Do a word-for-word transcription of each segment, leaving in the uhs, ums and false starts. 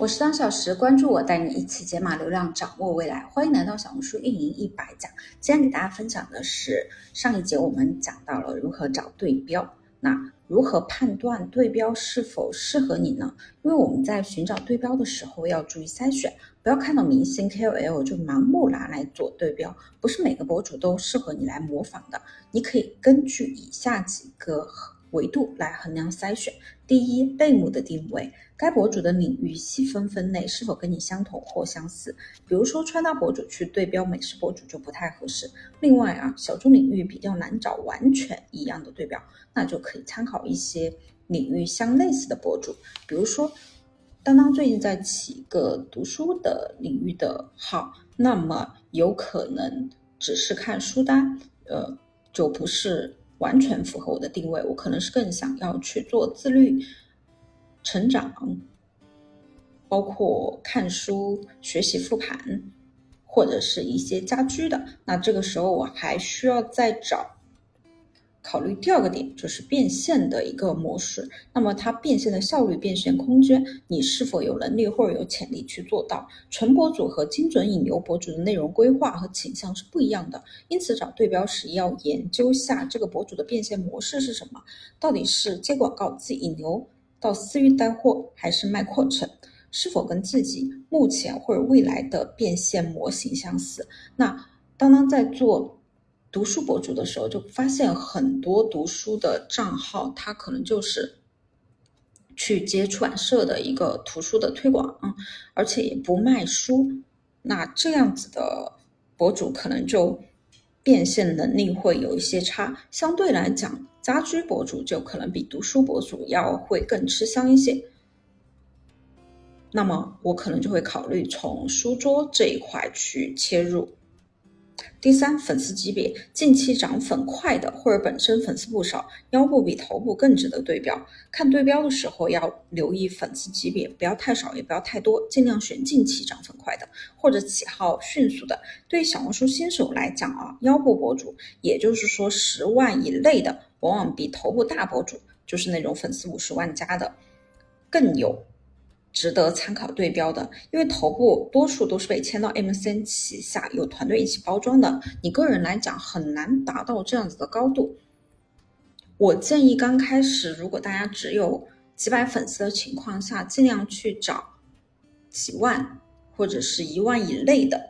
我是当小时，关注我，带你一起解码流量，掌握未来。欢迎来到小红书运营一百讲。今天给大家分享的是上一节我们讲到了如何找对标，那如何判断对标是否适合你呢？因为我们在寻找对标的时候要注意筛选，不要看到明星 K O L 就盲目拿来做对标，不是每个博主都适合你来模仿的。你可以根据以下几个维度来衡量筛选。第一，类目的定位，该博主的领域细分分类是否跟你相同或相似，比如说穿搭博主去对标美食博主就不太合适。另外啊，小众领域比较难找完全一样的对标，那就可以参考一些领域相类似的博主，比如说当当最近在起一个读书的领域的号，那么有可能只是看书单，呃，就不是完全符合我的定位，我可能是更想要去做自律、成长，包括看书、学习复盘，或者是一些家居的。那这个时候我还需要再找考虑第二个点，就是变现的一个模式。那么它变现的效率、变现空间，你是否有能力或者有潜力去做到？纯博主和精准引流博主的内容规划和倾向是不一样的，因此找对标时要研究下这个博主的变现模式是什么，到底是接广告自己引流到私域带货，还是卖课程，是否跟自己目前或者未来的变现模型相似。那当当在做读书博主的时候，就发现很多读书的账号，它可能就是去接出版社的一个图书的推广，而且也不卖书。那这样子的博主可能就变现能力会有一些差，相对来讲，家居博主就可能比读书博主要会更吃香一些。那么我可能就会考虑从书桌这一块去切入。第三，粉丝级别，近期涨粉快的或者本身粉丝不少，腰部比头部更值得对标。看对标的时候要留意粉丝级别，不要太少也不要太多，尽量选近期涨粉快的或者起号迅速的。对于小红书新手来讲啊，腰部博主，也就是说十万以内的，往往比头部大博主，就是那种粉丝五十万加的，更有值得参考对标的。因为头部多数都是被签到 M C N 旗下，有团队一起包装的，你个人来讲很难达到这样子的高度。我建议刚开始如果大家只有几百粉丝的情况下，尽量去找几万或者是一万以内的。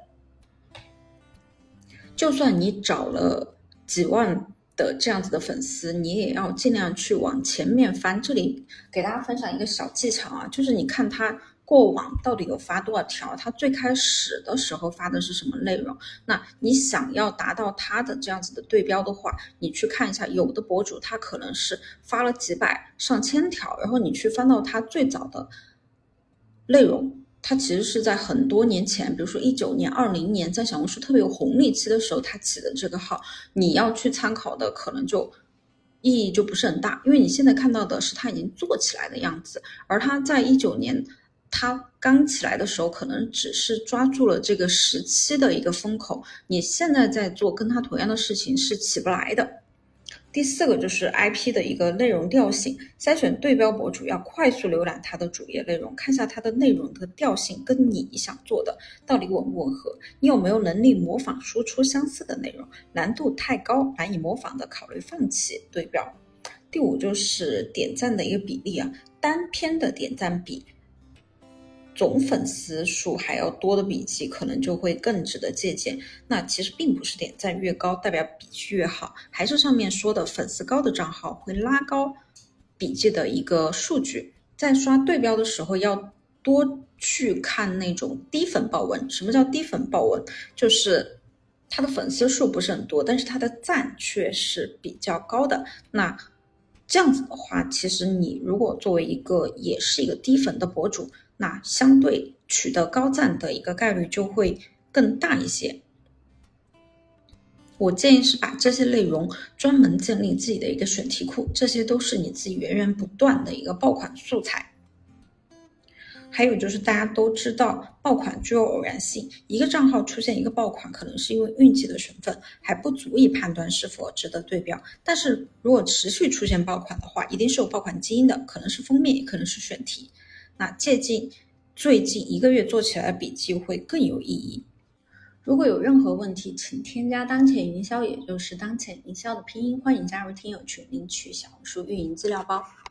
就算你找了几万的这样子的粉丝，你也要尽量去往前面翻。这里给大家分享一个小技巧啊，就是你看他过往到底有发多少条，他最开始的时候发的是什么内容，那你想要达到他的这样子的对标的话，你去看一下，有的博主他可能是发了几百上千条，然后你去翻到他最早的内容，他其实是在很多年前，比如说一九年、二零年，在小红书特别有红利期的时候他起的这个号，你要去参考的可能就意义就不是很大，因为你现在看到的是他已经做起来的样子，而他在一九年他刚起来的时候可能只是抓住了这个时期的一个风口，你现在在做跟他同样的事情是起不来的。第四个就是 I P 的一个内容调性，筛选对标博主要快速浏览他的主页内容，看一下他的内容的调性跟你想做的到底吻不吻合，你有没有能力模仿输出相似的内容，难度太高难以模仿的考虑放弃对标。第五就是点赞的一个比例啊，单篇的点赞比总粉丝数还要多的笔记可能就会更值得借鉴。那其实并不是点赞越高代表笔记越好，还是上面说的粉丝高的账号会拉高笔记的一个数据。在刷对标的时候要多去看那种低粉爆文。什么叫低粉爆文？就是他的粉丝数不是很多，但是他的赞却是比较高的。那这样子的话，其实你如果作为一个也是一个低粉的博主，那相对取得高赞的一个概率就会更大一些。我建议是把这些内容专门建立自己的一个选题库，这些都是你自己源源不断的一个爆款素材。还有就是大家都知道爆款具有偶然性，一个账号出现一个爆款可能是因为运气的成分，还不足以判断是否值得对标。但是如果持续出现爆款的话，一定是有爆款基因的，可能是封面也可能是选题。那借鉴最近一个月做起来笔记会更有意义。如果有任何问题，请添加当前营销，也就是当前营销的拼音，欢迎加入听友群领取小红书运营资料包。